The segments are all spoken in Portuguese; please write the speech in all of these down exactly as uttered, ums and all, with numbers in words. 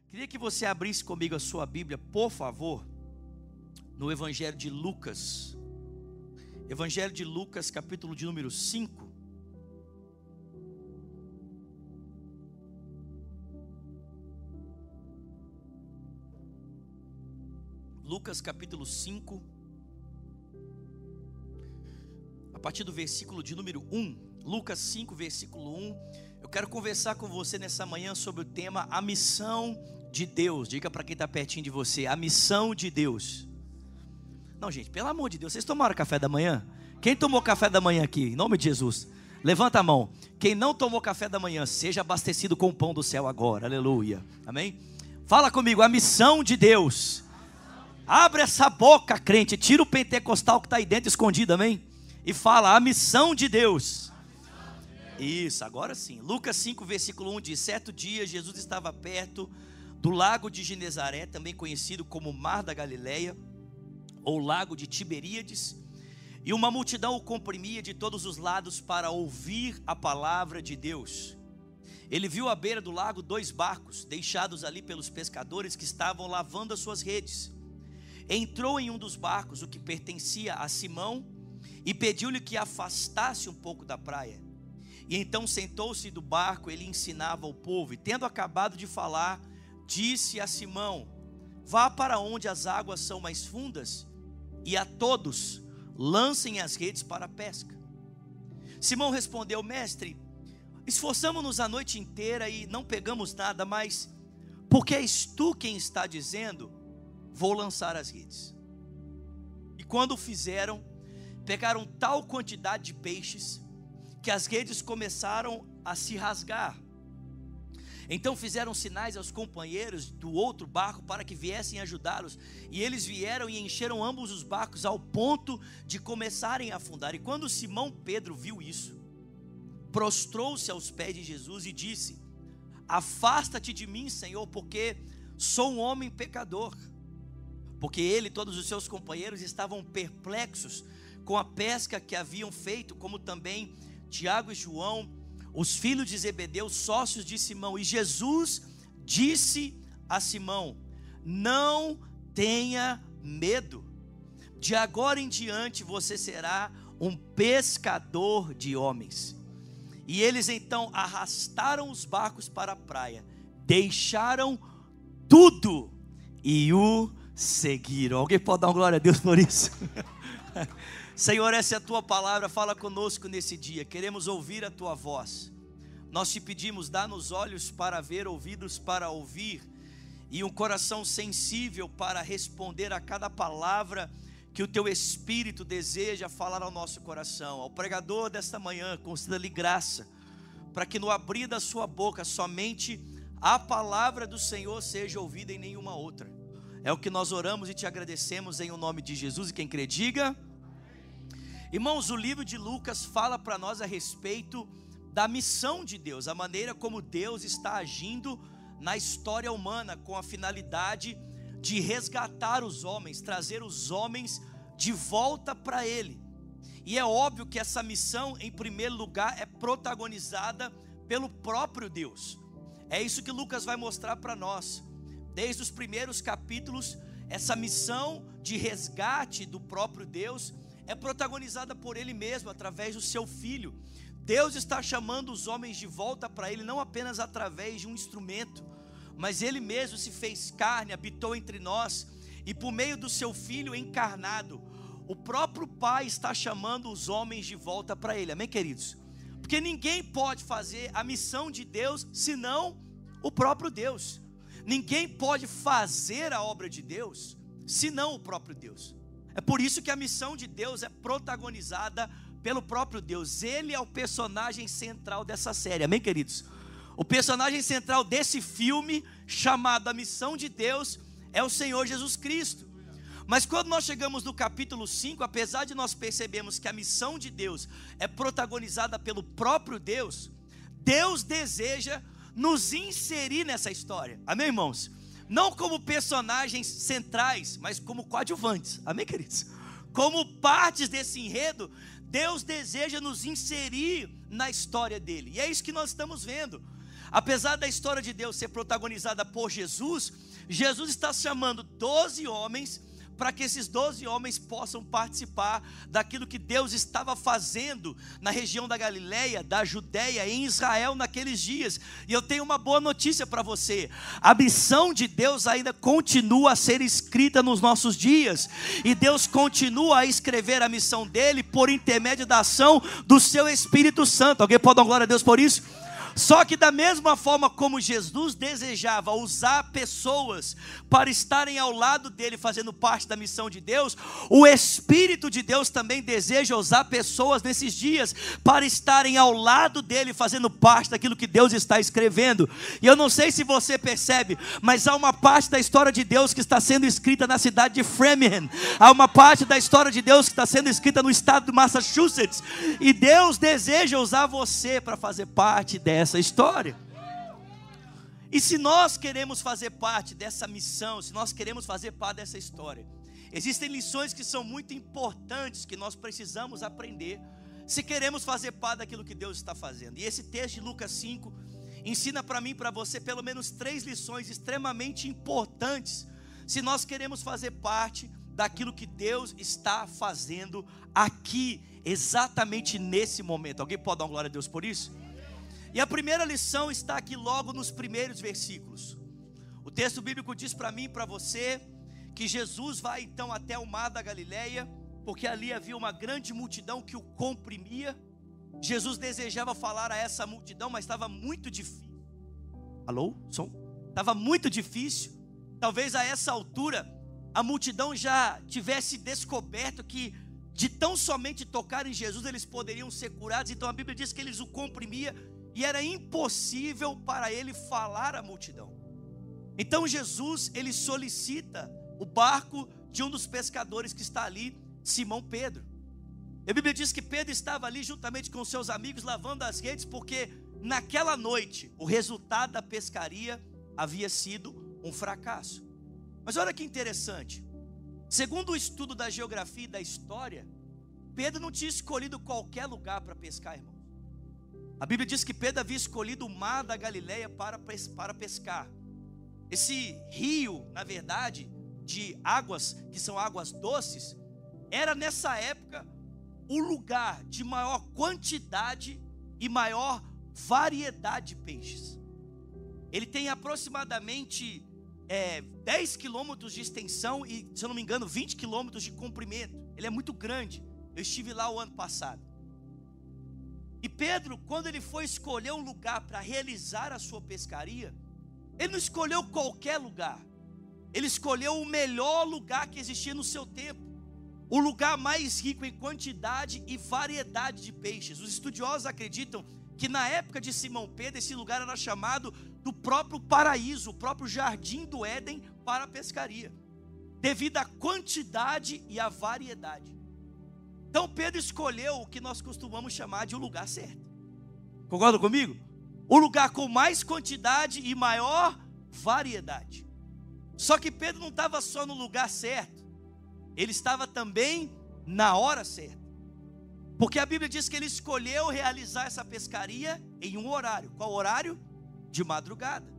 Queria que você abrisse comigo a sua Bíblia, por favor, no Evangelho de Lucas. Evangelho de Lucas, capítulo de número cinco. Lucas capítulo cinco, a partir do versículo de número um. Lucas cinco, versículo um. Eu quero conversar com você nessa manhã sobre o tema a missão de Deus. Diga para quem está pertinho de você, a missão de Deus. Não, gente, pelo amor de Deus, vocês tomaram café da manhã? Quem tomou café da manhã aqui? Em nome de Jesus, levanta a mão. Quem não tomou café da manhã, seja abastecido com o pão do céu agora, aleluia, amém? Fala comigo, a missão de Deus. Abre essa boca, crente, tira o pentecostal que está aí dentro escondido, amém? E fala, a missão de Deus. Isso, agora sim. Lucas cinco, versículo um diz: certo dia Jesus estava perto do lago de Genezaré, também conhecido como Mar da Galileia, ou lago de Tiberíades, e uma multidão o comprimia de todos os lados para ouvir a palavra de Deus. Ele viu à beira do lago dois barcos, deixados ali pelos pescadores que estavam lavando as suas redes. Entrou em um dos barcos, o que pertencia a Simão, e pediu-lhe que afastasse um pouco da praia. E então sentou-se do barco, ele ensinava ao povo, e tendo acabado de falar, disse a Simão: vá para onde as águas são mais fundas, e a todos lancem as redes para a pesca. Simão respondeu: mestre, esforçamo-nos a noite inteira e não pegamos nada, mas porque és tu quem está dizendo, vou lançar as redes. E quando o fizeram, pegaram tal quantidade de peixes, que as redes começaram a se rasgar. Então fizeram sinais aos companheiros do outro barco para que viessem ajudá-los. E eles vieram e encheram ambos os barcos ao ponto de começarem a afundar. E quando Simão Pedro viu isso, prostrou-se aos pés de Jesus e disse: afasta-te de mim, Senhor, porque sou um homem pecador. Porque ele e todos os seus companheiros estavam perplexos com a pesca que haviam feito, como também Tiago e João, os filhos de Zebedeu, sócios de Simão. E Jesus disse a Simão: não tenha medo, de agora em diante você será um pescador de homens. E eles então arrastaram os barcos para a praia, deixaram tudo e o seguiram. Alguém pode dar uma glória a Deus por isso? Senhor, essa é a tua palavra, fala conosco nesse dia, queremos ouvir a tua voz. Nós te pedimos, dá-nos olhos para ver, ouvidos para ouvir, e um coração sensível para responder a cada palavra que o teu Espírito deseja falar ao nosso coração. Ao pregador desta manhã, conceda-lhe graça, para que no abrir da sua boca, somente a palavra do Senhor seja ouvida e nenhuma outra. É o que nós oramos e te agradecemos em o nome de Jesus, e quem crê diga. Irmãos, o livro de Lucas fala para nós a respeito da missão de Deus, a maneira como Deus está agindo na história humana, com a finalidade de resgatar os homens, trazer os homens de volta para Ele. E é óbvio que essa missão, em primeiro lugar, é protagonizada pelo próprio Deus. É isso que Lucas vai mostrar para nós. Desde os primeiros capítulos, essa missão de resgate do próprio Deus é protagonizada por Ele mesmo, através do seu Filho. Deus está chamando os homens de volta para Ele, não apenas através de um instrumento, mas Ele mesmo se fez carne, habitou entre nós, e por meio do seu Filho encarnado, o próprio Pai está chamando os homens de volta para Ele, amém, queridos? Porque ninguém pode fazer a missão de Deus, senão o próprio Deus. Ninguém pode fazer a obra de Deus, senão o próprio Deus. É por isso que a missão de Deus é protagonizada pelo próprio Deus. Ele é o personagem central dessa série, amém, queridos? O personagem central desse filme, chamado A Missão de Deus, é o Senhor Jesus Cristo. Mas quando nós chegamos no capítulo cinco, apesar de nós percebermos que a missão de Deus é protagonizada pelo próprio Deus, Deus deseja nos inserir nessa história, amém, irmãos? Não como personagens centrais, mas como coadjuvantes, amém, queridos? Como partes desse enredo, Deus deseja nos inserir na história dele, e é isso que nós estamos vendo. Apesar da história de Deus ser protagonizada por Jesus, Jesus está chamando doze homens para que esses doze homens possam participar daquilo que Deus estava fazendo na região da Galileia, da Judéia, em Israel naqueles dias. E eu tenho uma boa notícia para você: a missão de Deus ainda continua a ser escrita nos nossos dias, e Deus continua a escrever a missão dele por intermédio da ação do seu Espírito Santo. Alguém pode dar glória a Deus por isso? Só que da mesma forma como Jesus desejava usar pessoas para estarem ao lado dele fazendo parte da missão de Deus, o Espírito de Deus também deseja usar pessoas nesses dias para estarem ao lado dele fazendo parte daquilo que Deus está escrevendo. E eu não sei se você percebe, mas há uma parte da história de Deus que está sendo escrita na cidade de Framingham, há uma parte da história de Deus que está sendo escrita no estado de Massachusetts, e Deus deseja usar você para fazer parte dessa essa história. E se nós queremos fazer parte dessa missão, se nós queremos fazer parte dessa história, existem lições que são muito importantes que nós precisamos aprender se queremos fazer parte daquilo que Deus está fazendo. E esse texto de Lucas cinco ensina para mim e para você pelo menos três lições extremamente importantes se nós queremos fazer parte daquilo que Deus está fazendo aqui, exatamente nesse momento. Alguém pode dar uma glória a Deus por isso? E a primeira lição está aqui logo nos primeiros versículos. O texto bíblico diz para mim e para você que Jesus vai então até o mar da Galileia, porque ali havia uma grande multidão que o comprimia. Jesus desejava falar a essa multidão, mas estava muito difícil. Alô? Som? Estava muito difícil. Talvez a essa altura a multidão já tivesse descoberto que de tão somente tocar em Jesus eles poderiam ser curados. Então a Bíblia diz que eles o comprimia e era impossível para ele falar à multidão. Então Jesus, ele solicita o barco de um dos pescadores que está ali, Simão Pedro. A Bíblia diz que Pedro estava ali juntamente com seus amigos lavando as redes, porque naquela noite o resultado da pescaria havia sido um fracasso. Mas olha que interessante, segundo o estudo da geografia e da história, Pedro não tinha escolhido qualquer lugar para pescar, irmão. A Bíblia diz que Pedro havia escolhido o mar da Galileia para, para pescar. Esse rio, na verdade, de águas que são águas doces, era nessa época o lugar de maior quantidade e maior variedade de peixes. Ele tem aproximadamente é, dez quilômetros de extensão e, se eu não me engano, vinte quilômetros de comprimento. Ele é muito grande. Eu estive lá o ano passado. E Pedro, quando ele foi escolher um lugar para realizar a sua pescaria, ele não escolheu qualquer lugar. Ele escolheu o melhor lugar que existia no seu tempo, o lugar mais rico em quantidade e variedade de peixes. Os estudiosos acreditam que na época de Simão Pedro, esse lugar era chamado do próprio paraíso, o próprio jardim do Éden para a pescaria, devido à quantidade e à variedade. Então Pedro escolheu o que nós costumamos chamar de o lugar certo. Concorda comigo? O lugar com mais quantidade e maior variedade. Só que Pedro não estava só no lugar certo, ele estava também na hora certa. Porque a Bíblia diz que ele escolheu realizar essa pescaria em um horário. Qual horário? De madrugada.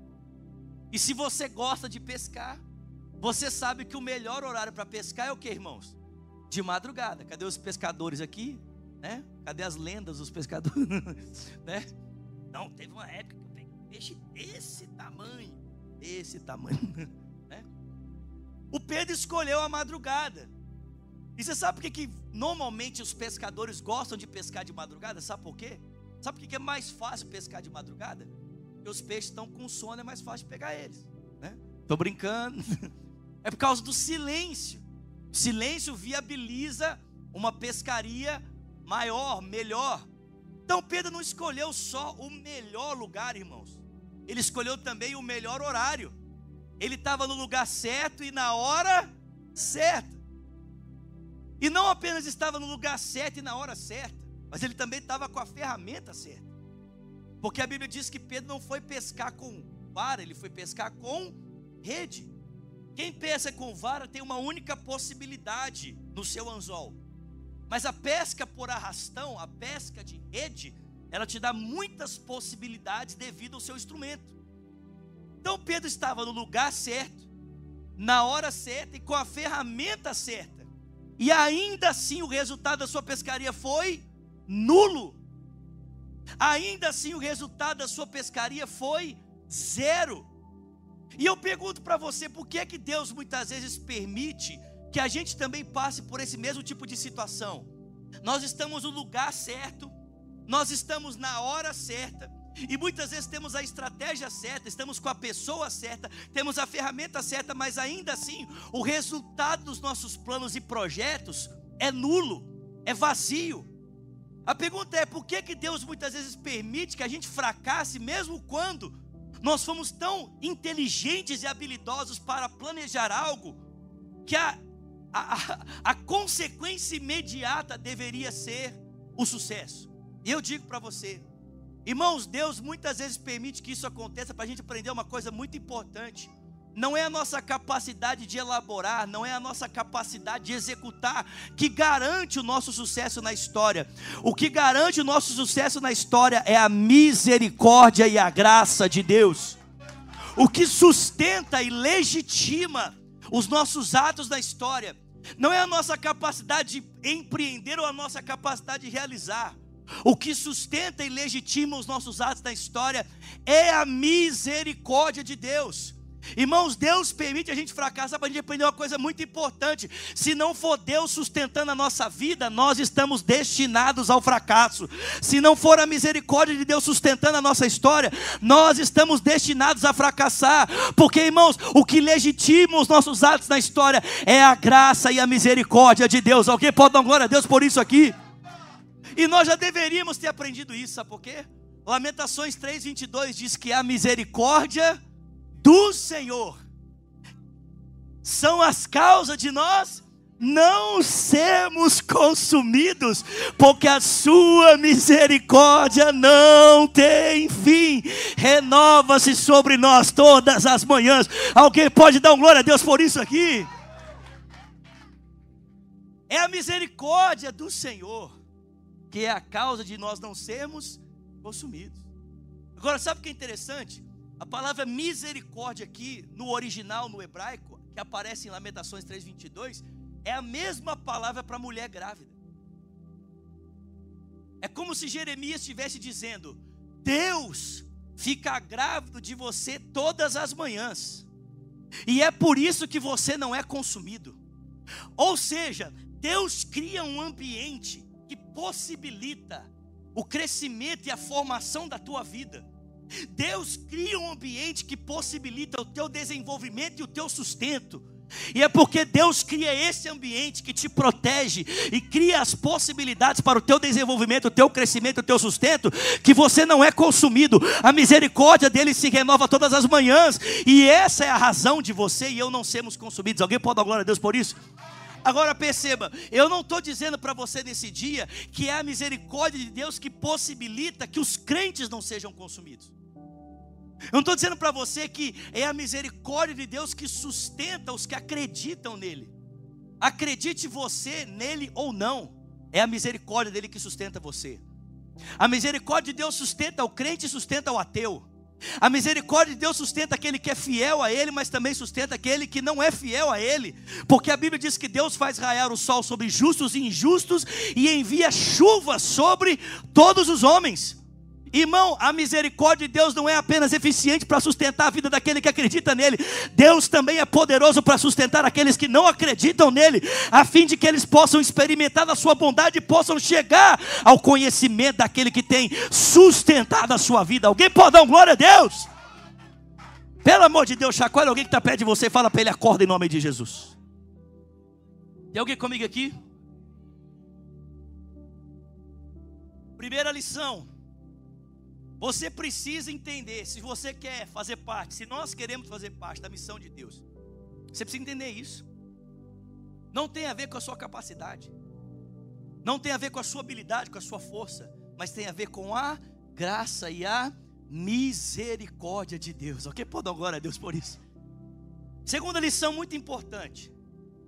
E se você gosta de pescar, você sabe que o melhor horário para pescar é o que, irmãos? De madrugada. Cadê os pescadores aqui? Né? Cadê as lendas dos pescadores? Né? Não, teve uma época que eu peguei um peixe desse tamanho. Desse tamanho. Né? O Pedro escolheu a madrugada. E você sabe por que, que normalmente os pescadores gostam de pescar de madrugada? Sabe por quê? Sabe por que, que é mais fácil pescar de madrugada? Porque os peixes estão com sono, é mais fácil pegar eles. Né? Tô brincando. É por causa do silêncio. O silêncio viabiliza uma pescaria maior, melhor. Então Pedro não escolheu só o melhor lugar, irmãos. Ele escolheu também o melhor horário. Ele estava no lugar certo e na hora certa. E não apenas estava no lugar certo e na hora certa, mas ele também estava com a ferramenta certa. Porque a Bíblia diz que Pedro não foi pescar com vara, ele foi pescar com rede. Quem pesca com vara tem uma única possibilidade no seu anzol. Mas a pesca por arrastão, a pesca de rede, ela te dá muitas possibilidades devido ao seu instrumento. Então Pedro estava no lugar certo, na hora certa e com a ferramenta certa. E ainda assim o resultado da sua pescaria foi nulo. Ainda assim o resultado da sua pescaria foi zero. E eu pergunto para você, por que é que Deus muitas vezes permite que a gente também passe por esse mesmo tipo de situação? Nós estamos no lugar certo, nós estamos na hora certa, e muitas vezes temos a estratégia certa, estamos com a pessoa certa, temos a ferramenta certa, mas ainda assim o resultado dos nossos planos e projetos é nulo, é vazio. A pergunta é, por que que Deus muitas vezes permite que a gente fracasse, mesmo quando nós fomos tão inteligentes e habilidosos para planejar algo, que a, a, a, a consequência imediata deveria ser o sucesso? E eu digo para você, irmãos, Deus muitas vezes permite que isso aconteça para a gente aprender uma coisa muito importante. Não é a nossa capacidade de elaborar, não é a nossa capacidade de executar que garante o nosso sucesso na história. O que garante o nosso sucesso na história é a misericórdia e a graça de Deus. O que sustenta e legitima os nossos atos na história não é a nossa capacidade de empreender ou a nossa capacidade de realizar. O que sustenta e legitima os nossos atos na história é a misericórdia de Deus. Irmãos, Deus permite a gente fracassar para a gente aprender uma coisa muito importante. Se não for Deus sustentando a nossa vida, nós estamos destinados ao fracasso. Se não for a misericórdia de Deus sustentando a nossa história, nós estamos destinados a fracassar. Porque, irmãos, o que legitima os nossos atos na história é a graça e a misericórdia de Deus. Alguém pode dar glória a Deus por isso aqui? E nós já deveríamos ter aprendido isso, sabe por quê? Lamentações três, vinte e dois diz que a misericórdia do Senhor são as causas de nós não sermos consumidos, porque a sua misericórdia não tem fim, renova-se sobre nós todas as manhãs. Alguém pode dar um glória a Deus por isso aqui? É a misericórdia do Senhor que é a causa de nós não sermos consumidos. Agora, sabe o que é interessante? A palavra misericórdia aqui, no original, no hebraico, que aparece em Lamentações três, vinte e dois, é a mesma palavra para mulher grávida. É como se Jeremias estivesse dizendo: Deus fica grávido de você todas as manhãs, e é por isso que você não é consumido. Ou seja, Deus cria um ambiente que possibilita o crescimento e a formação da tua vida. Deus cria um ambiente que possibilita o teu desenvolvimento e o teu sustento. E é porque Deus cria esse ambiente que te protege e cria as possibilidades para o teu desenvolvimento, o teu crescimento, o teu sustento, que você não é consumido. A misericórdia dele se renova todas as manhãs, e essa é a razão de você e eu não sermos consumidos. Alguém pode dar glória a Deus por isso? Agora perceba, eu não estou dizendo para você nesse dia que é a misericórdia de Deus que possibilita que os crentes não sejam consumidos. Eu não estou dizendo para você que é a misericórdia de Deus que sustenta os que acreditam nele. Acredite você nele ou não, é a misericórdia dele que sustenta você. A misericórdia de Deus sustenta o crente e sustenta o ateu. A misericórdia de Deus sustenta aquele que é fiel a ele, mas também sustenta aquele que não é fiel a ele. Porque a Bíblia diz que Deus faz raiar o sol sobre justos e injustos e envia chuva sobre todos os homens. Irmão, a misericórdia de Deus não é apenas eficiente para sustentar a vida daquele que acredita nele. Deus também é poderoso para sustentar aqueles que não acreditam nele, a fim de que eles possam experimentar da sua bondade e possam chegar ao conhecimento daquele que tem sustentado a sua vida. Alguém pode dar um glória a Deus? Pelo amor de Deus, chacoalha alguém que está perto de você e fala para ele: acorda em nome de Jesus. Tem alguém comigo aqui? Primeira lição: você precisa entender, se você quer fazer parte, se nós queremos fazer parte da missão de Deus, você precisa entender isso. Não tem a ver com a sua capacidade, não tem a ver com a sua habilidade, com a sua força, mas tem a ver com a graça e a misericórdia de Deus. Ok? Pode dar glória a Deus por isso. Segunda lição muito importante: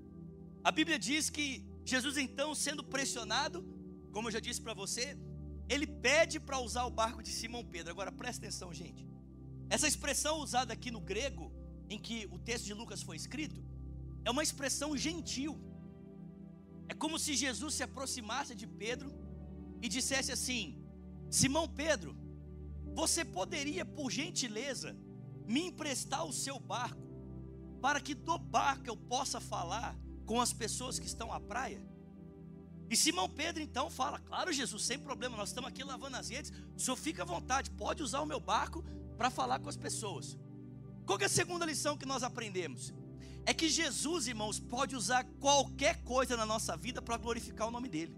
a Bíblia diz que Jesus, então, sendo pressionado, como eu já disse para você, ele pede para usar o barco de Simão Pedro. Agora presta atenção, gente. Essa expressão usada aqui no grego, em que o texto de Lucas foi escrito, é uma expressão gentil. É como se Jesus se aproximasse de Pedro e dissesse assim: Simão Pedro, você poderia, por gentileza, me emprestar o seu barco, para que do barco eu possa falar com as pessoas que estão à praia? E Simão Pedro então fala: claro, Jesus, sem problema, nós estamos aqui lavando as redes, o senhor fica à vontade, pode usar o meu barco para falar com as pessoas. Qual que é a segunda lição que nós aprendemos? É que Jesus, irmãos, pode usar qualquer coisa na nossa vida para glorificar o nome dele.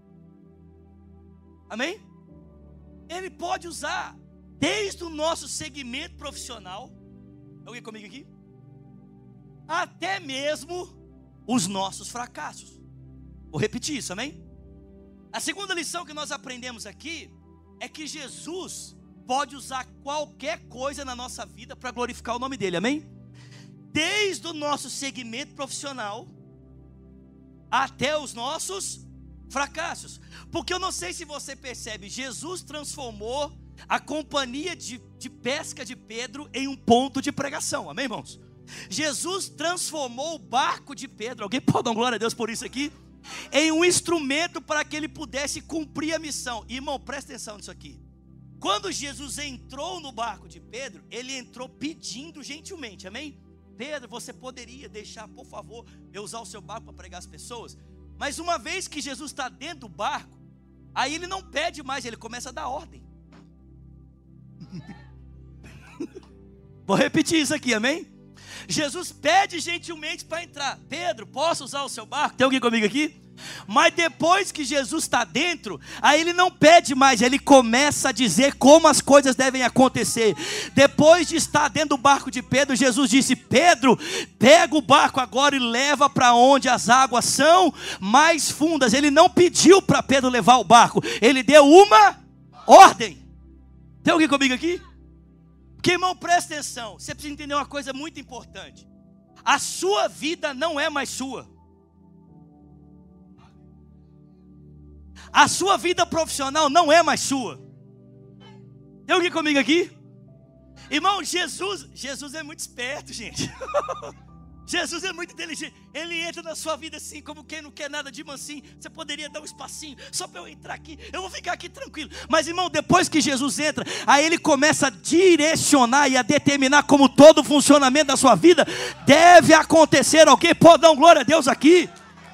Amém? Ele pode usar desde o nosso segmento profissional, alguém comigo aqui? Até mesmo os nossos fracassos. Vou repetir isso, amém? A segunda lição que nós aprendemos aqui é que Jesus pode usar qualquer coisa na nossa vida para glorificar o nome dele, amém? Desde o nosso segmento profissional até os nossos fracassos. Porque eu não sei se você percebe, Jesus transformou a companhia de, de pesca de Pedro em um ponto de pregação, amém, irmãos? Jesus transformou o barco de Pedro, alguém pode dar glória a Deus por isso aqui? Em um instrumento para que ele pudesse cumprir a missão. Irmão, presta atenção nisso aqui. Quando Jesus entrou no barco de Pedro, ele entrou pedindo gentilmente, amém? Pedro, você poderia deixar, por favor, eu usar o seu barco para pregar as pessoas? Mas uma vez que Jesus está dentro do barco, aí ele não pede mais, ele começa a dar ordem. Vou repetir isso aqui, amém? Jesus pede gentilmente para entrar. Pedro, posso usar o seu barco? Tem alguém comigo aqui? Mas depois que Jesus está dentro, aí ele não pede mais, ele começa a dizer como as coisas devem acontecer. Depois de estar dentro do barco de Pedro, Jesus disse: Pedro, pega o barco agora e leva para onde as águas são mais fundas. Ele não pediu para Pedro levar o barco, ele deu uma ordem. Tem alguém comigo aqui? Porque, irmão, presta atenção, você precisa entender uma coisa muito importante. A sua vida não é mais sua. A sua vida profissional não é mais sua. Tem alguém comigo aqui? Irmão, Jesus, Jesus é muito esperto, gente. Jesus é muito inteligente. Ele entra na sua vida assim, como quem não quer nada, de mansinho. Você poderia dar um espacinho, só para eu entrar aqui, eu vou ficar aqui tranquilo. Mas, irmão, depois que Jesus entra, aí ele começa a direcionar e a determinar como todo o funcionamento da sua vida deve acontecer. Alguém pode dar um glória a Deus aqui?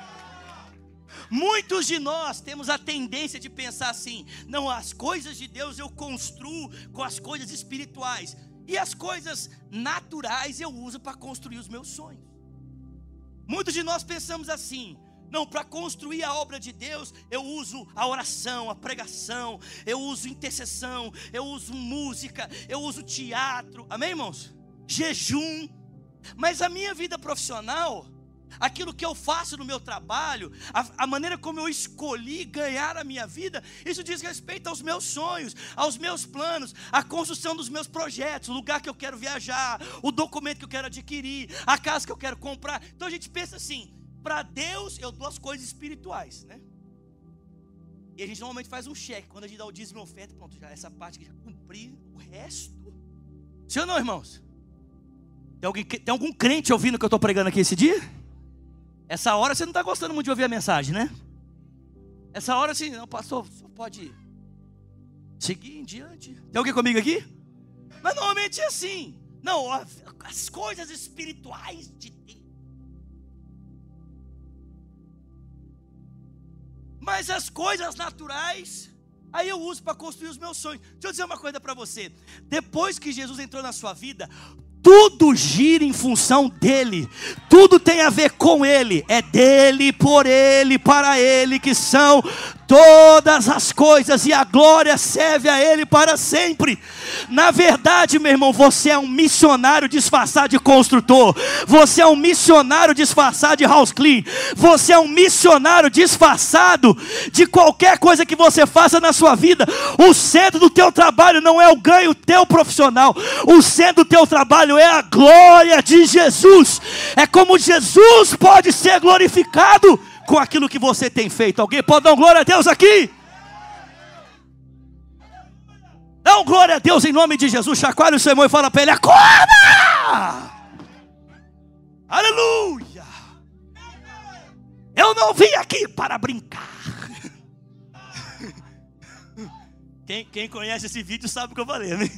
Muitos de nós temos a tendência de pensar assim: não, as coisas de Deus eu construo com as coisas espirituais, e as coisas naturais eu uso para construir os meus sonhos. Muitos de nós pensamos assim: não, para construir a obra de Deus eu uso a oração, a pregação, eu uso intercessão, eu uso música, eu uso teatro, amém, irmãos? Jejum. Mas a minha vida profissional, aquilo que eu faço no meu trabalho, a, a maneira como eu escolhi ganhar a minha vida, isso diz respeito aos meus sonhos, aos meus planos, à construção dos meus projetos, o lugar que eu quero viajar, o documento que eu quero adquirir, a casa que eu quero comprar. Então a gente pensa assim: para Deus eu dou as coisas espirituais, né? E a gente normalmente faz um cheque, quando a gente dá o dízimo e oferta, pronto, já essa parte que já cumpri, o resto. Sim ou não, irmãos? Tem, alguém, tem algum crente ouvindo o que eu estou pregando aqui esse dia? Essa hora você não está gostando muito de ouvir a mensagem, né? Essa hora assim, não, pastor, só pode seguir em diante. Tem alguém comigo aqui? Mas normalmente é assim. Não, as coisas espirituais de Deus. Mas as coisas naturais, aí eu uso para construir os meus sonhos. Deixa eu dizer uma coisa para você. Depois que Jesus entrou na sua vida, tudo gira em função dele, tudo tem a ver com ele, é dele, por ele, para ele que são todas as coisas, e a glória serve a ele para sempre. Na verdade, meu irmão, você é um missionário disfarçado de construtor, você é um missionário disfarçado de house clean, você é um missionário disfarçado de qualquer coisa que você faça na sua vida. O centro do teu trabalho não é o ganho teu profissional, o centro do teu trabalho é a glória de Jesus. É como Jesus pode ser glorificado com aquilo que você tem feito. Alguém pode dar uma glória a Deus aqui? Dá um glória a Deus em nome de Jesus. Chacoalha o seu irmão e fala para ele: acorda! Aleluia! Eu não vim aqui para brincar. Quem, quem conhece esse vídeo sabe o que eu falei, né?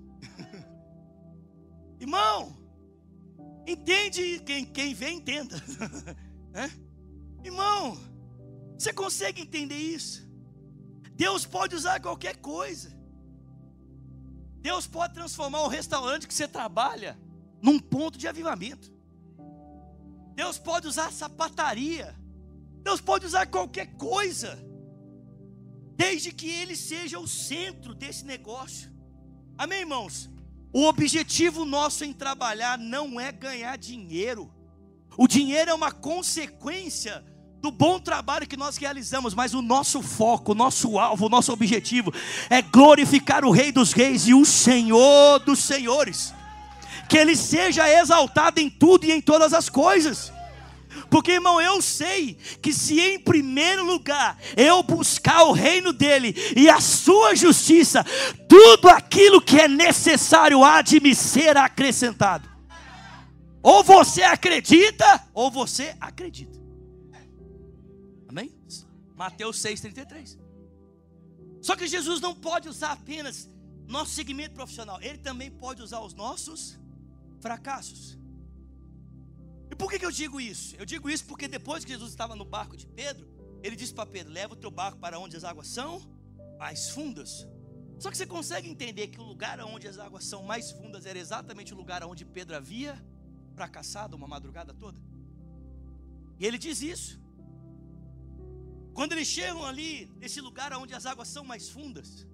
Irmão, entende, quem, quem vê entenda. É? Irmão, você consegue entender isso? Deus pode usar qualquer coisa. Deus pode transformar o restaurante que você trabalha num ponto de avivamento. Deus pode usar a sapataria. Deus pode usar qualquer coisa, desde que Ele seja o centro desse negócio. Amém, irmãos? O objetivo nosso em trabalhar não é ganhar dinheiro. O dinheiro é uma consequência do bom trabalho que nós realizamos, mas o nosso foco, o nosso alvo, o nosso objetivo é glorificar o Rei dos Reis e o Senhor dos Senhores. Que Ele seja exaltado em tudo e em todas as coisas. Porque, irmão, eu sei que se em primeiro lugar eu buscar o reino dele e a sua justiça, tudo aquilo que é necessário há de me ser acrescentado. Ou você acredita, ou você acredita. Amém? Mateus seis, trinta e três. Só que Jesus não pode usar apenas nosso segmento profissional. Ele também pode usar os nossos fracassos. E por que que eu digo isso? Eu digo isso porque depois que Jesus estava no barco de Pedro, Ele disse para Pedro: leva o teu barco para onde as águas são mais fundas. Só que você consegue entender que o lugar onde as águas são mais fundas era exatamente o lugar onde Pedro havia fracassado uma madrugada toda? E ele diz isso. Quando eles chegam ali, nesse lugar onde as águas são mais fundas,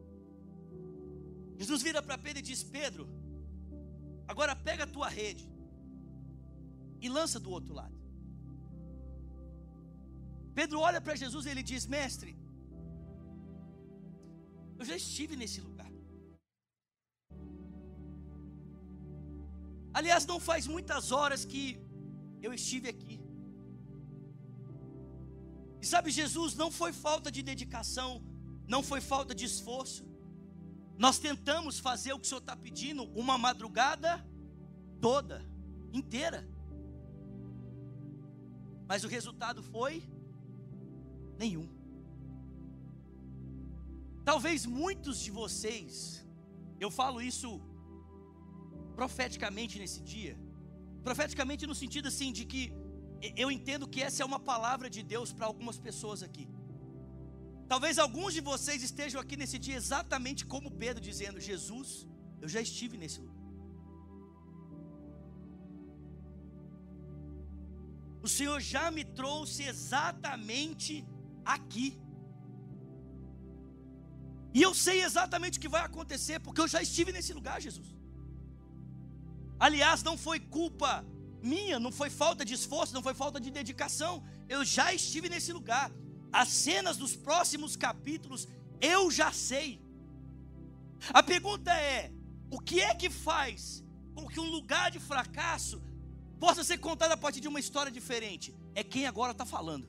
Jesus vira para Pedro e diz: Pedro, agora pega a tua rede e lança do outro lado. Pedro olha para Jesus e ele diz: mestre, eu já estive nesse lugar. Aliás, não faz muitas horas que eu estive aqui. E sabe, Jesus, não foi falta de dedicação, não foi falta de esforço. Nós tentamos fazer o que o Senhor está pedindo uma madrugada toda, inteira. Mas o resultado foi nenhum. Talvez muitos de vocês, eu falo isso profeticamente nesse dia, profeticamente no sentido assim de que eu entendo que essa é uma palavra de Deus para algumas pessoas aqui. Talvez alguns de vocês estejam aqui nesse dia exatamente como Pedro, dizendo: Jesus, eu já estive nesse lugar. O Senhor já me trouxe exatamente aqui. E eu sei exatamente o que vai acontecer, porque eu já estive nesse lugar, Jesus. Aliás, não foi culpa minha, não foi falta de esforço, não foi falta de dedicação. Eu já estive nesse lugar. As cenas dos próximos capítulos eu já sei. A pergunta é: o que é que faz com que um lugar de fracasso possa ser contado a partir de uma história diferente? É quem agora está falando.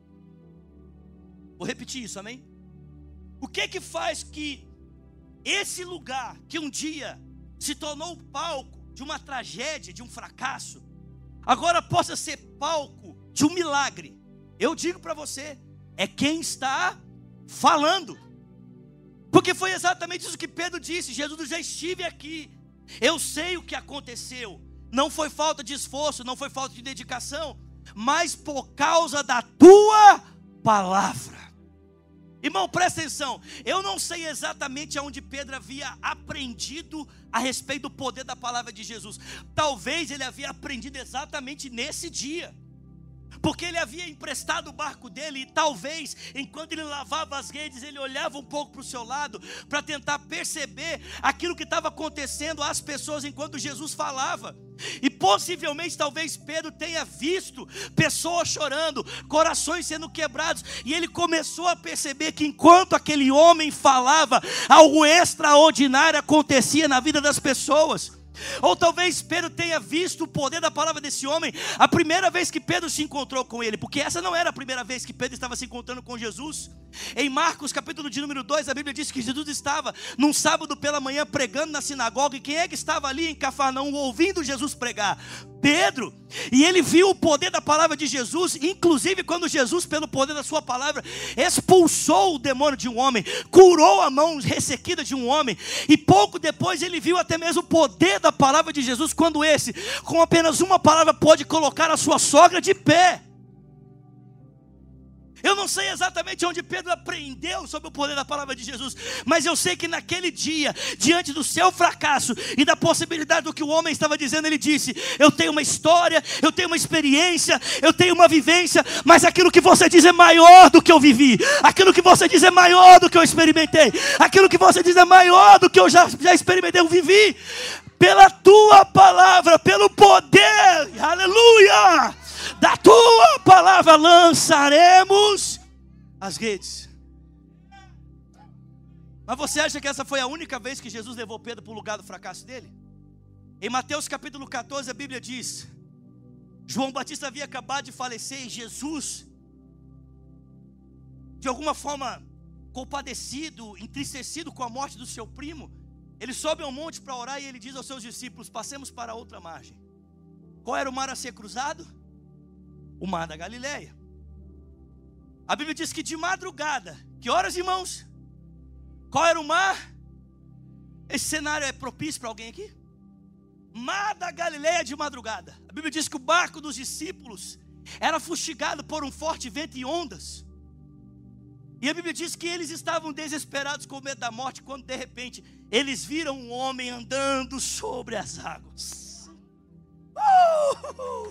Vou repetir isso, amém? O que é que faz que esse lugar, que um dia se tornou o palco de uma tragédia, de um fracasso, agora possa ser palco de um milagre? Eu digo para você, é quem está falando. Porque foi exatamente isso que Pedro disse: Jesus, eu já estive aqui, eu sei o que aconteceu. Não foi falta de esforço, não foi falta de dedicação, mas por causa da tua palavra. Irmão, presta atenção. Eu não sei exatamente aonde Pedro havia aprendido a respeito do poder da palavra de Jesus. Talvez ele havia aprendido exatamente nesse dia, porque ele havia emprestado o barco dele, e talvez, enquanto ele lavava as redes, ele olhava um pouco para o seu lado, para tentar perceber aquilo que estava acontecendo às pessoas enquanto Jesus falava. E possivelmente, talvez Pedro tenha visto pessoas chorando, corações sendo quebrados, e ele começou a perceber que enquanto aquele homem falava, algo extraordinário acontecia na vida das pessoas. Ou talvez Pedro tenha visto o poder da palavra desse homem a primeira vez que Pedro se encontrou com ele, porque essa não era a primeira vez que Pedro estava se encontrando com Jesus. Em Marcos capítulo de número dois, a Bíblia diz que Jesus estava num sábado pela manhã pregando na sinagoga. E quem é que estava ali em Cafarnaum ouvindo Jesus pregar? Pedro. E ele viu o poder da palavra de Jesus, inclusive quando Jesus, pelo poder da sua palavra, expulsou o demônio de um homem, curou a mão ressequida de um homem. E pouco depois ele viu até mesmo o poder da palavra de Jesus, quando esse, com apenas uma palavra, pode colocar a sua sogra de pé. Eu não sei exatamente onde Pedro aprendeu sobre o poder da palavra de Jesus, mas eu sei que naquele dia, diante do seu fracasso e da possibilidade do que o homem estava dizendo, ele disse: eu tenho uma história, eu tenho uma experiência, eu tenho uma vivência, mas aquilo que você diz é maior do que eu vivi, aquilo que você diz é maior do que eu experimentei, aquilo que você diz é maior do que eu já, já experimentei, eu vivi. Pela tua palavra, pelo poder, aleluia, da tua palavra lançaremos as redes. Mas você acha que essa foi a única vez que Jesus levou Pedro para o lugar do fracasso dele? Em Mateus capítulo catorze, a Bíblia diz: João Batista havia acabado de falecer e Jesus, de alguma forma compadecido, entristecido com a morte do seu primo, ele sobe ao monte para orar e ele diz aos seus discípulos: passemos para a outra margem. Qual era o mar a ser cruzado? O mar da Galileia. A Bíblia diz que de madrugada, que horas, irmãos? Qual era o mar? Esse cenário é propício para alguém aqui? Mar da Galileia de madrugada. A Bíblia diz que o barco dos discípulos era fustigado por um forte vento e ondas. E a Bíblia diz que eles estavam desesperados com medo da morte, quando de repente eles viram um homem andando sobre as águas. Uh!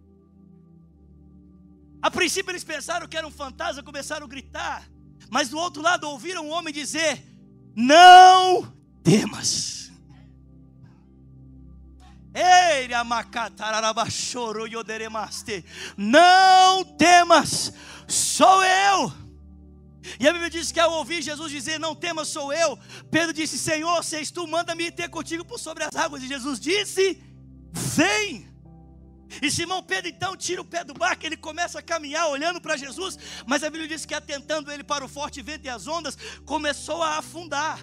A princípio eles pensaram que era um fantasma, começaram a gritar. Mas do outro lado ouviram um homem dizer: não temas. Não temas, sou eu. E a Bíblia diz que ao ouvir Jesus dizer: não temas, sou eu, Pedro disse: Senhor, se és tu, manda-me ir ter contigo por sobre as águas. E Jesus disse: vem. E Simão Pedro então tira o pé do barco, ele começa a caminhar olhando para Jesus, mas a Bíblia diz que atentando ele para o forte vento e as ondas, começou a afundar.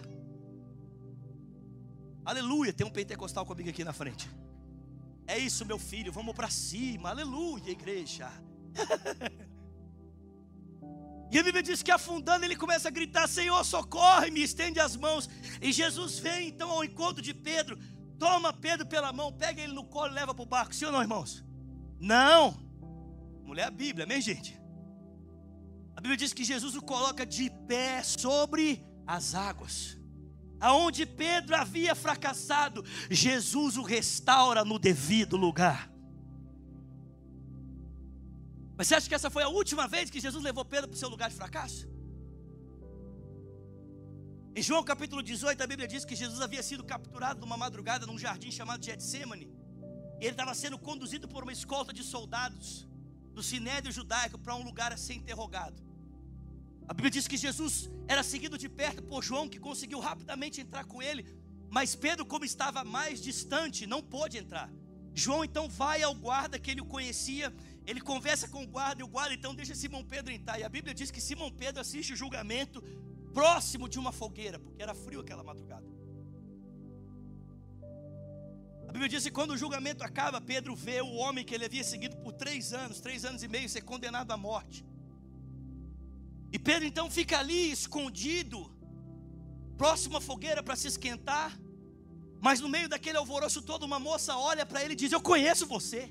Aleluia, tem um pentecostal comigo aqui na frente. É isso, meu filho, vamos para cima, aleluia, igreja. E a Bíblia diz que afundando ele começa a gritar: Senhor, socorre-me, estende as mãos. E Jesus vem então ao encontro de Pedro, toma Pedro pela mão, pega ele no colo e leva para o barco. Sim ou não, irmãos? Não. Mulher a Bíblia, amém, gente? A Bíblia diz que Jesus o coloca de pé sobre as águas. Aonde Pedro havia fracassado, Jesus o restaura no devido lugar. Mas você acha que essa foi a última vez que Jesus levou Pedro para o seu lugar de fracasso? Em João capítulo dezoito, a Bíblia diz que Jesus havia sido capturado numa madrugada num jardim chamado Getsemane. E ele estava sendo conduzido por uma escolta de soldados do sinédrio judaico para um lugar a ser interrogado. A Bíblia diz que Jesus era seguido de perto por João, que conseguiu rapidamente entrar com ele. Mas Pedro, como estava mais distante, não pôde entrar. João então vai ao guarda que ele o conhecia. Ele conversa com o guarda e o guarda então deixa Simão Pedro entrar. E a Bíblia diz que Simão Pedro assiste o julgamento próximo de uma fogueira, porque era frio aquela madrugada. A Bíblia diz que quando o julgamento acaba, Pedro vê o homem que ele havia seguido por três anos, três anos e meio, ser condenado à morte. E Pedro então fica ali escondido, próximo à fogueira para se esquentar. Mas no meio daquele alvoroço todo, uma moça olha para ele e diz: eu conheço você,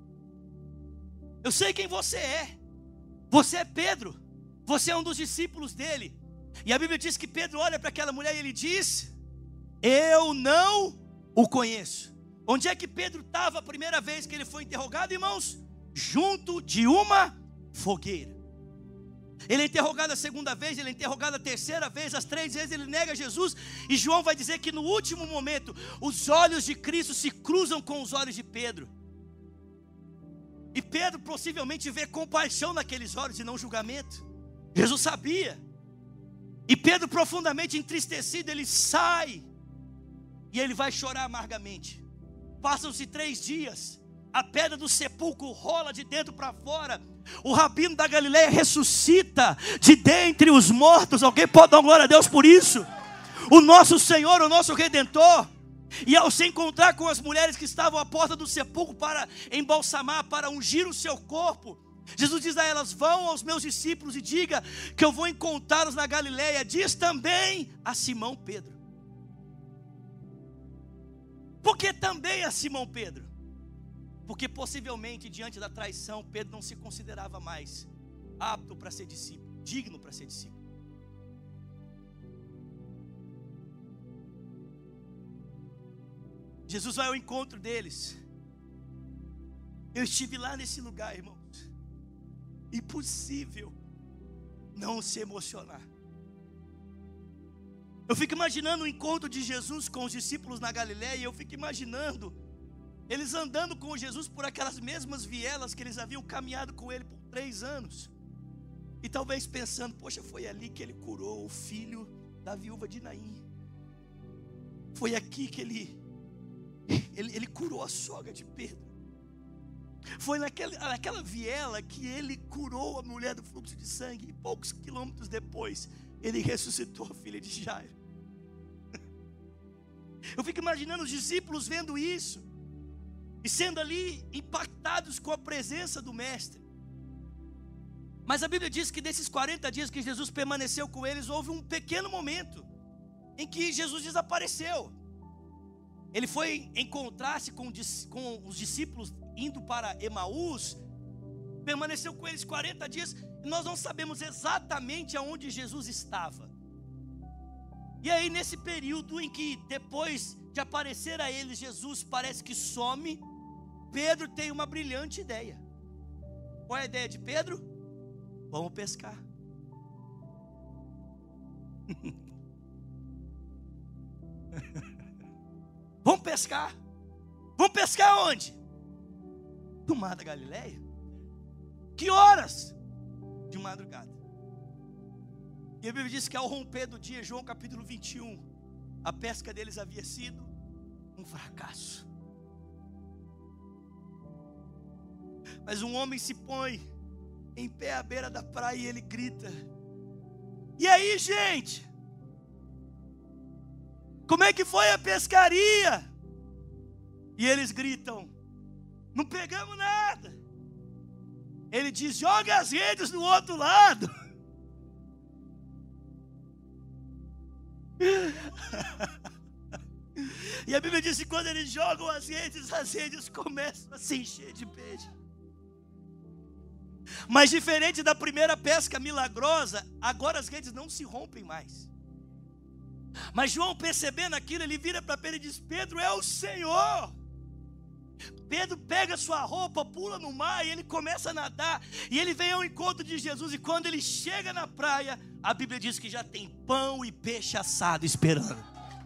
eu sei quem você é, você é Pedro, você é um dos discípulos dele. E a Bíblia diz que Pedro olha para aquela mulher e ele diz: eu não o conheço. Onde é que Pedro estava a primeira vez que ele foi interrogado, irmãos? Junto de uma fogueira. Ele é interrogado a segunda vez, ele é interrogado a terceira vez, as três vezes ele nega Jesus. E João vai dizer que no último momento, os olhos de Cristo se cruzam com os olhos de Pedro. E Pedro possivelmente vê compaixão naqueles olhos e não julgamento. Jesus sabia. E Pedro, profundamente entristecido, ele sai. E ele vai chorar amargamente. Passam-se três dias, a pedra do sepulcro rola de dentro para fora. O rabino da Galileia ressuscita de dentre os mortos. Alguém pode dar glória a Deus por isso? O nosso Senhor, o nosso Redentor. E ao se encontrar com as mulheres que estavam à porta do sepulcro para embalsamar, para ungir o seu corpo, Jesus diz a elas: vão aos meus discípulos e diga que eu vou encontrá-los na Galileia. Diz também a Simão Pedro. Por que também a Simão Pedro? Porque possivelmente diante da traição, Pedro não se considerava mais apto para ser discípulo, digno para ser discípulo. Jesus vai ao encontro deles. Eu estive lá nesse lugar, irmãos. Impossível não se emocionar. Eu fico imaginando o encontro de Jesus com os discípulos na Galileia, e eu fico imaginando eles andando com Jesus por aquelas mesmas vielas que eles haviam caminhado com ele por três anos. E talvez pensando: poxa, foi ali que ele curou o filho da viúva de Naim. Foi aqui que ele, ele, ele curou a sogra de Pedro. Foi naquela, naquela viela que ele curou a mulher do fluxo de sangue. E poucos quilômetros depois, ele ressuscitou a filha de Jairo. Eu fico imaginando os discípulos vendo isso e sendo ali impactados com a presença do Mestre. Mas a Bíblia diz que desses quarenta dias que Jesus permaneceu com eles, houve um pequeno momento em que Jesus desapareceu. Ele foi encontrar-se com, com os discípulos indo para Emaús, permaneceu com eles quarenta dias, e nós não sabemos exatamente aonde Jesus estava. E aí, nesse período em que depois de aparecer a eles, Jesus parece que some, Pedro tem uma brilhante ideia. Qual é a ideia de Pedro? Vamos pescar. Vamos pescar. Vamos pescar onde? No mar da Galileia. Que horas? De madrugada. E a Bíblia diz que ao romper do dia, João capítulo vinte e um, a pesca deles havia sido um fracasso. Mas um homem se põe em pé à beira da praia e ele grita: e aí, gente? Como é que foi a pescaria? E eles gritam: não pegamos nada. Ele diz: joga as redes do outro lado. E a Bíblia diz que quando eles jogam as redes, as redes começam a se encher de peixe. Mas diferente da primeira pesca milagrosa, agora as redes não se rompem mais. Mas João, percebendo aquilo, ele vira para Pedro e diz: Pedro, é o Senhor. Pedro pega sua roupa, pula no mar e ele começa a nadar. E ele vem ao encontro de Jesus. E quando ele chega na praia, a Bíblia diz que já tem pão e peixe assado esperando.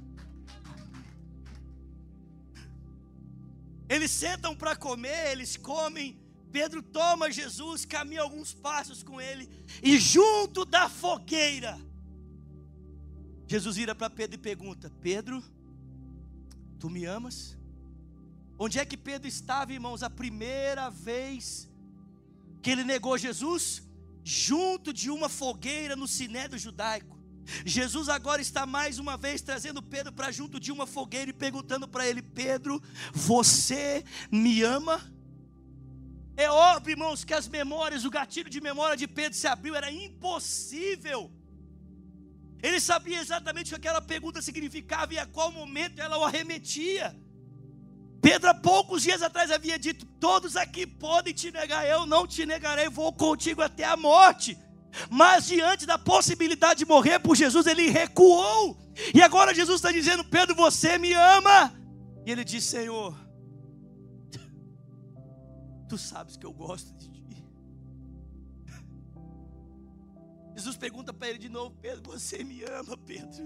Eles sentam para comer, eles comem. Pedro toma Jesus, caminha alguns passos com ele. E junto da fogueira, Jesus vira para Pedro e pergunta: Pedro, tu me amas? Onde é que Pedro estava, irmãos, a primeira vez que ele negou Jesus? Junto de uma fogueira no sinédrio judaico. Jesus agora está mais uma vez trazendo Pedro para junto de uma fogueira e perguntando para ele: Pedro, você me ama? É óbvio, irmãos, que as memórias, o gatilho de memória de Pedro se abriu. Era impossível. Ele sabia exatamente o que aquela pergunta significava e a qual momento ela o arremetia. Pedro, há poucos dias atrás, havia dito: todos aqui podem te negar, eu não te negarei, vou contigo até a morte. Mas diante da possibilidade de morrer por Jesus, ele recuou. E agora Jesus está dizendo: Pedro, você me ama? E ele diz: Senhor, tu sabes que eu gosto de ti. Jesus pergunta para ele de novo: Pedro, você me ama, Pedro?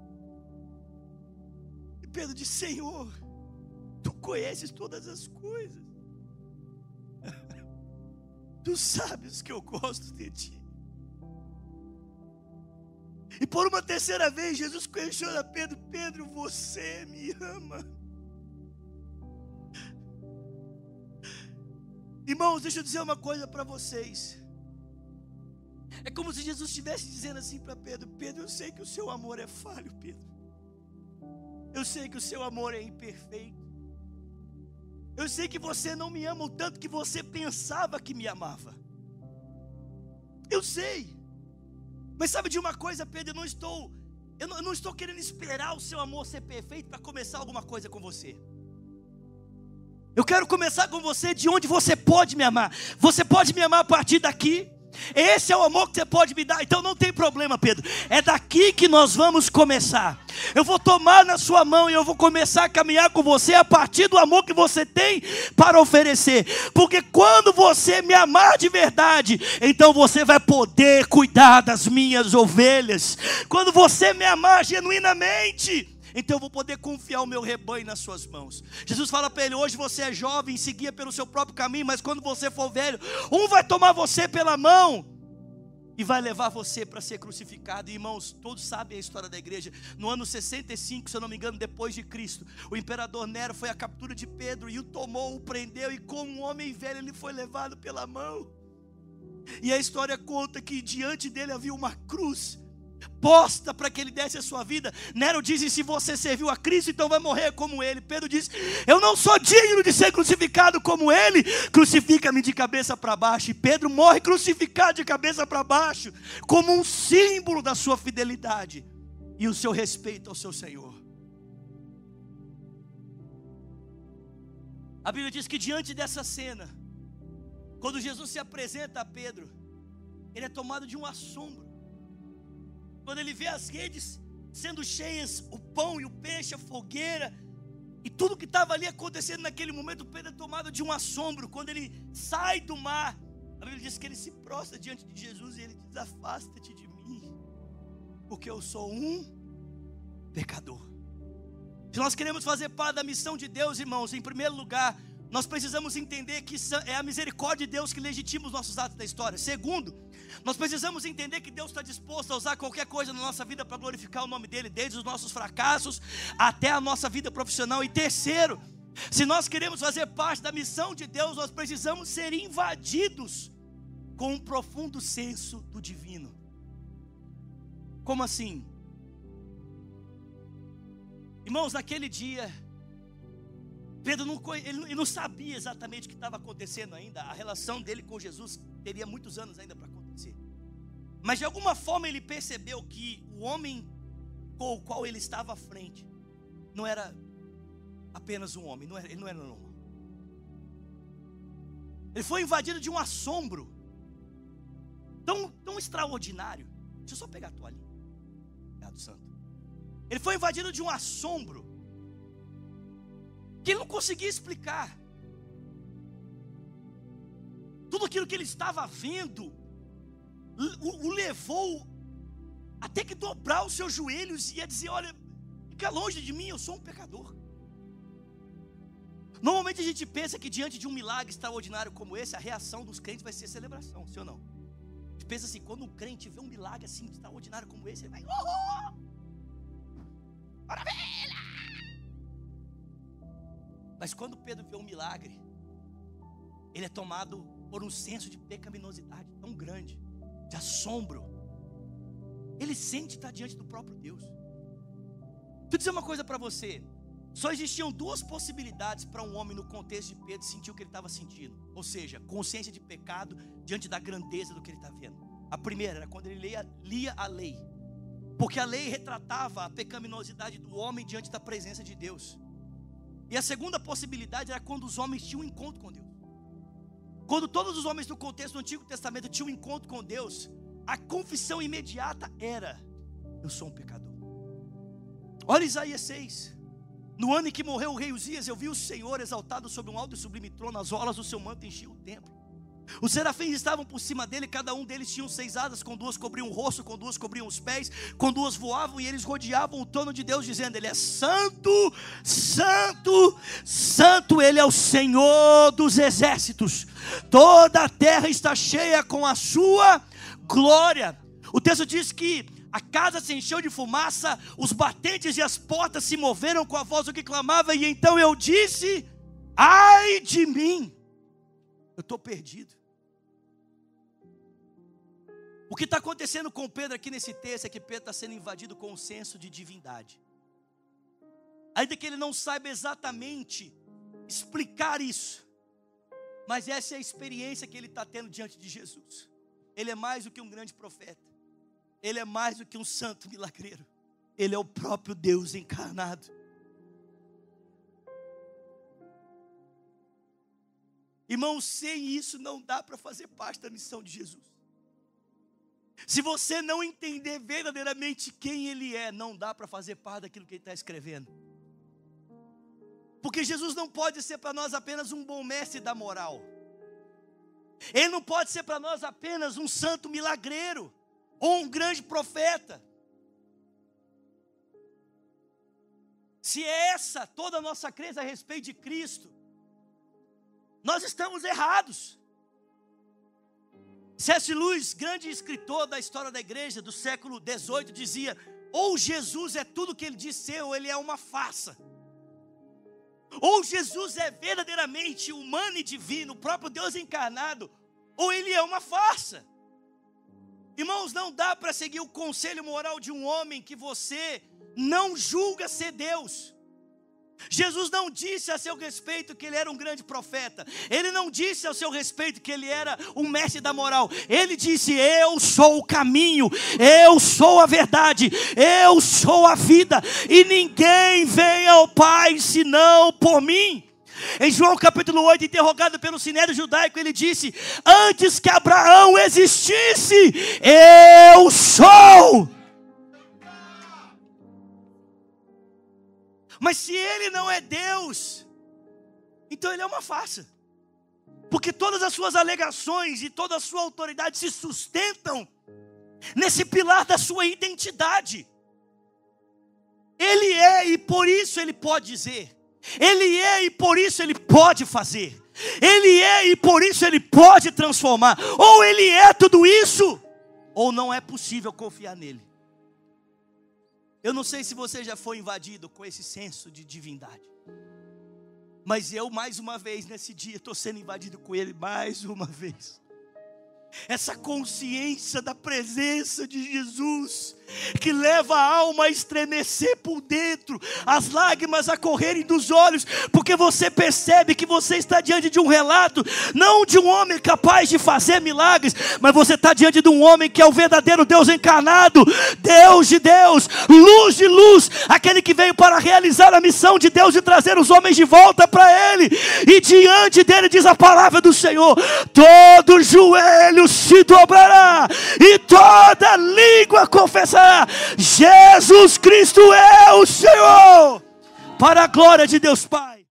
E Pedro diz: Senhor, tu conheces todas as coisas. Tu sabes que eu gosto de ti. E por uma terceira vez, Jesus questiona Pedro: Pedro, você me ama? Irmãos, deixa eu dizer uma coisa para vocês. É como se Jesus estivesse dizendo assim para Pedro: Pedro, eu sei que o seu amor é falho, Pedro. Eu sei que o seu amor é imperfeito. Eu sei que você não me ama o tanto que você pensava que me amava. Eu sei. Mas sabe de uma coisa, Pedro? Eu não estou, eu não, eu não estou querendo esperar o seu amor ser perfeito para começar alguma coisa com você. Eu quero começar com você de onde você pode me amar. Você pode me amar a partir daqui. Esse é o amor que você pode me dar. Então não tem problema, Pedro. É daqui que nós vamos começar. Eu vou tomar na sua mão e eu vou começar a caminhar com você a partir do amor que você tem para oferecer. Porque quando você me amar de verdade, então você vai poder cuidar das minhas ovelhas. Quando você me amar genuinamente, então eu vou poder confiar o meu rebanho nas suas mãos. Jesus fala para ele: hoje você é jovem, seguia pelo seu próprio caminho, mas quando você for velho, um vai tomar você pela mão e vai levar você para ser crucificado. E, irmãos, todos sabem a história da igreja. No ano sessenta e cinco, se eu não me engano, depois de Cristo, o imperador Nero foi à captura de Pedro e o tomou, o prendeu, e como um homem velho ele foi levado pela mão. E a história conta que diante dele havia uma cruz posta para que ele desse a sua vida. Nero diz: e se você serviu a Cristo, então vai morrer como ele. Pedro diz: eu não sou digno de ser crucificado como ele, crucifica-me de cabeça para baixo. E Pedro morre crucificado de cabeça para baixo, como um símbolo da sua fidelidade e o seu respeito ao seu Senhor. A Bíblia diz que diante dessa cena, quando Jesus se apresenta a Pedro, ele é tomado de um assombro. Quando ele vê as redes sendo cheias, o pão e o peixe, a fogueira, e tudo que estava ali acontecendo naquele momento, Pedro é tomado de um assombro. Quando ele sai do mar, a Bíblia diz que ele se prostra diante de Jesus e ele diz: afasta-te de mim, porque eu sou um pecador. Se nós queremos fazer parte da missão de Deus, irmãos, em primeiro lugar, nós precisamos entender que é a misericórdia de Deus que legitima os nossos atos da história. Segundo, nós precisamos entender que Deus está disposto a usar qualquer coisa na nossa vida para glorificar o nome dEle, desde os nossos fracassos até a nossa vida profissional. E terceiro, se nós queremos fazer parte da missão de Deus, nós precisamos ser invadidos com um profundo senso do divino. Como assim? Irmãos, naquele dia, Pedro não, ele não sabia exatamente o que estava acontecendo ainda. A relação dele com Jesus teria muitos anos ainda para acontecer. Mas de alguma forma ele percebeu que o homem com o qual ele estava à frente não era apenas um homem, não era, ele não era normal. Ele foi invadido de um assombro tão, tão extraordinário. Deixa eu só pegar a toalhinha. Obrigado, Santo. Ele foi invadido de um assombro que ele não conseguia explicar. Tudo aquilo que ele estava vendo o, o levou até que dobrar os seus joelhos e ia dizer: olha, fica longe de mim, eu sou um pecador. Normalmente a gente pensa que diante de um milagre extraordinário como esse, a reação dos crentes vai ser celebração, sim ou não? A gente pensa assim: quando um crente vê um milagre assim extraordinário como esse, ele vai: oh, maravilha! Mas quando Pedro vê um milagre, ele é tomado por um senso de pecaminosidade tão grande, de assombro. Ele sente estar diante do próprio Deus. Deixa eu dizer uma coisa para você: só existiam duas possibilidades para um homem no contexto de Pedro sentir o que ele estava sentindo. Ou seja, consciência de pecado diante da grandeza do que ele está vendo. A primeira era quando ele lia, lia a lei, porque a lei retratava a pecaminosidade do homem diante da presença de Deus. E a segunda possibilidade era quando os homens tinham um encontro com Deus. Quando todos os homens do contexto do Antigo Testamento tinham um encontro com Deus, a confissão imediata era: eu sou um pecador. Olha Isaías seis. No ano em que morreu o rei Uzias, eu vi o Senhor exaltado sobre um alto e sublime trono, as olas do seu manto enchiam o templo. Os serafins estavam por cima dele, cada um deles tinha seis asas, com duas cobriam o rosto, com duas cobriam os pés, com duas voavam, e eles rodeavam o trono de Deus, dizendo: ele é santo, santo, santo, ele é o Senhor dos exércitos, toda a terra está cheia com a sua glória. O texto diz que a casa se encheu de fumaça, os batentes e as portas se moveram com a voz do que clamava, e então eu disse: ai de mim, Eu estou perdido. O que está acontecendo com Pedro aqui nesse texto é que Pedro está sendo invadido com um senso de divindade. Ainda que ele não saiba exatamente explicar isso, mas essa é a experiência que ele está tendo diante de Jesus. Ele é mais do que um grande profeta. Ele é mais do que um santo milagreiro. Ele é o próprio Deus encarnado. Irmãos, sem isso não dá para fazer parte da missão de Jesus. Se você não entender verdadeiramente quem Ele é, não dá para fazer parte daquilo que Ele está escrevendo. Porque Jesus não pode ser para nós apenas um bom mestre da moral. Ele não pode ser para nós apenas um santo milagreiro ou um grande profeta. Se é essa toda a nossa crença a respeito de Cristo, nós estamos errados. C S Lewis, grande escritor da história da igreja do século dezoito, dizia: ou Jesus é tudo o que ele diz ser, ou ele é uma farsa. Ou Jesus é verdadeiramente humano e divino, o próprio Deus encarnado, ou ele é uma farsa. Irmãos, não dá para seguir o conselho moral de um homem que você não julga ser Deus. Jesus não disse a seu respeito que ele era um grande profeta. Ele não disse a seu respeito que ele era um mestre da moral. Ele disse: eu sou o caminho, eu sou a verdade, eu sou a vida, e ninguém vem ao Pai senão por mim. Em João capítulo oito, interrogado pelo sinédrio judaico, ele disse: antes que Abraão existisse, eu sou. Mas se ele não é Deus, então ele é uma farsa. Porque todas as suas alegações e toda a sua autoridade se sustentam nesse pilar da sua identidade. Ele é e por isso ele pode dizer. Ele é e por isso ele pode fazer. Ele é e por isso ele pode transformar. Ou ele é tudo isso, ou não é possível confiar nele. Eu não sei se você já foi invadido com esse senso de divindade, mas eu mais uma vez nesse dia estou sendo invadido com ele mais uma vez. Essa consciência da presença de Jesus, que leva a alma a estremecer por dentro, as lágrimas a correrem dos olhos, porque você percebe que você está diante de um relato, não de um homem capaz de fazer milagres, mas você está diante de um homem que é o verdadeiro Deus encarnado, Deus de Deus, luz de luz, aquele que veio para realizar a missão de Deus e trazer os homens de volta para Ele, e diante dele diz a palavra do Senhor: todo joelho se dobrará e toda língua confessará: Jesus Cristo é o Senhor, para a glória de Deus Pai.